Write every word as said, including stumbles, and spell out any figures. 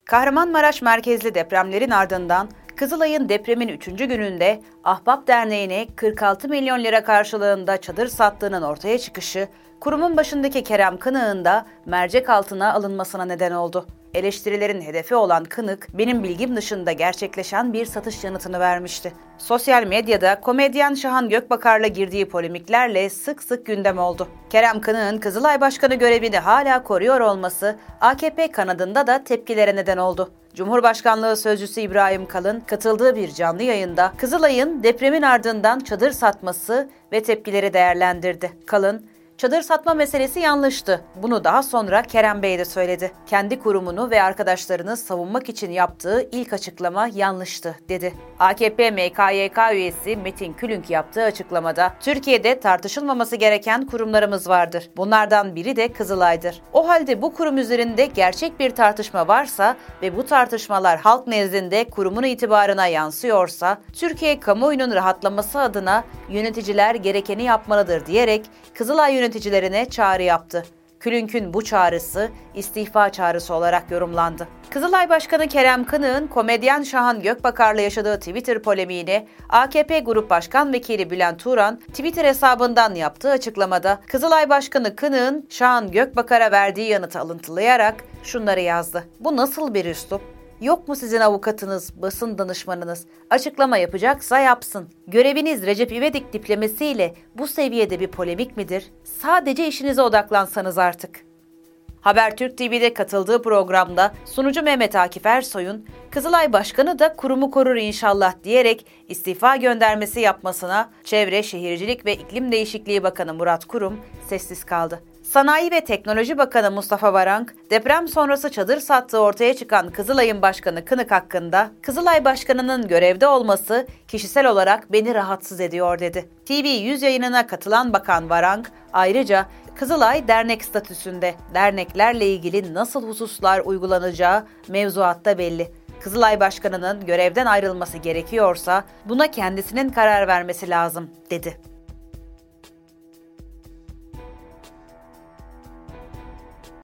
Kahramanmaraş merkezli depremlerin ardından Kızılay'ın depremin üçüncü gününde Ahbap Derneği'ne kırk altı milyon lira karşılığında çadır sattığının ortaya çıkışı, kurumun başındaki Kerem Kınık'ın da mercek altına alınmasına neden oldu. Eleştirilerin hedefi olan Kınık, benim bilgim dışında gerçekleşen bir satış yanıtını vermişti. Sosyal medyada komedyen Şahan Gökbakar'la girdiği polemiklerle sık sık gündem oldu. Kerem Kınık'ın Kızılay Başkanı görevini hala koruyor olması A K P kanadında da tepkilere neden oldu. Cumhurbaşkanlığı Sözcüsü İbrahim Kalın katıldığı bir canlı yayında Kızılay'ın depremin ardından çadır satması ve tepkileri değerlendirdi. Kalın, "Çadır satma meselesi yanlıştı. Bunu daha sonra Kerem Bey de söyledi. Kendi kurumunu ve arkadaşlarını savunmak için yaptığı ilk açıklama yanlıştı," dedi. A K P M K Y K üyesi Metin Külünk yaptığı açıklamada, "Türkiye'de tartışılmaması gereken kurumlarımız vardır. Bunlardan biri de Kızılay'dır. O halde bu kurum üzerinde gerçek bir tartışma varsa ve bu tartışmalar halk nezdinde kurumun itibarına yansıyorsa, Türkiye kamuoyunun rahatlaması adına yöneticiler gerekeni yapmalıdır," diyerek Kızılay yöneticilerine çağrı yaptı. Külünk'ün bu çağrısı istifa çağrısı olarak yorumlandı. Kızılay Başkanı Kerem Kınık'ın komedyen Şahan Gökbakar'la yaşadığı Twitter polemiğine A K P Grup Başkan Vekili Bülent Turan Twitter hesabından yaptığı açıklamada Kızılay Başkanı Kınık'ın Şahan Gökbakar'a verdiği yanıtı alıntılayarak şunları yazdı. "Bu nasıl bir üslup? Yok mu sizin avukatınız, basın danışmanınız? Açıklama yapacaksa yapsın. Göreviniz Recep İvedik diplemesiyle bu seviyede bir polemik midir? Sadece işinize odaklansanız artık." Habertürk T V'de katıldığı programda sunucu Mehmet Akif Ersoy'un Kızılay Başkanı da kurumu korur inşallah diyerek istifa göndermesi yapmasına Çevre, Şehircilik ve İklim Değişikliği Bakanı Murat Kurum sessiz kaldı. Sanayi ve Teknoloji Bakanı Mustafa Varank, deprem sonrası çadır sattığı ortaya çıkan Kızılay'ın başkanı Kınık hakkında, "Kızılay Başkanı'nın görevde olması kişisel olarak beni rahatsız ediyor," dedi. T V yüz yayınına katılan Bakan Varank, ayrıca Kızılay dernek statüsünde, derneklerle ilgili nasıl hususlar uygulanacağı mevzuatta belli. Kızılay Başkanı'nın görevden ayrılması gerekiyorsa buna kendisinin karar vermesi lazım, dedi.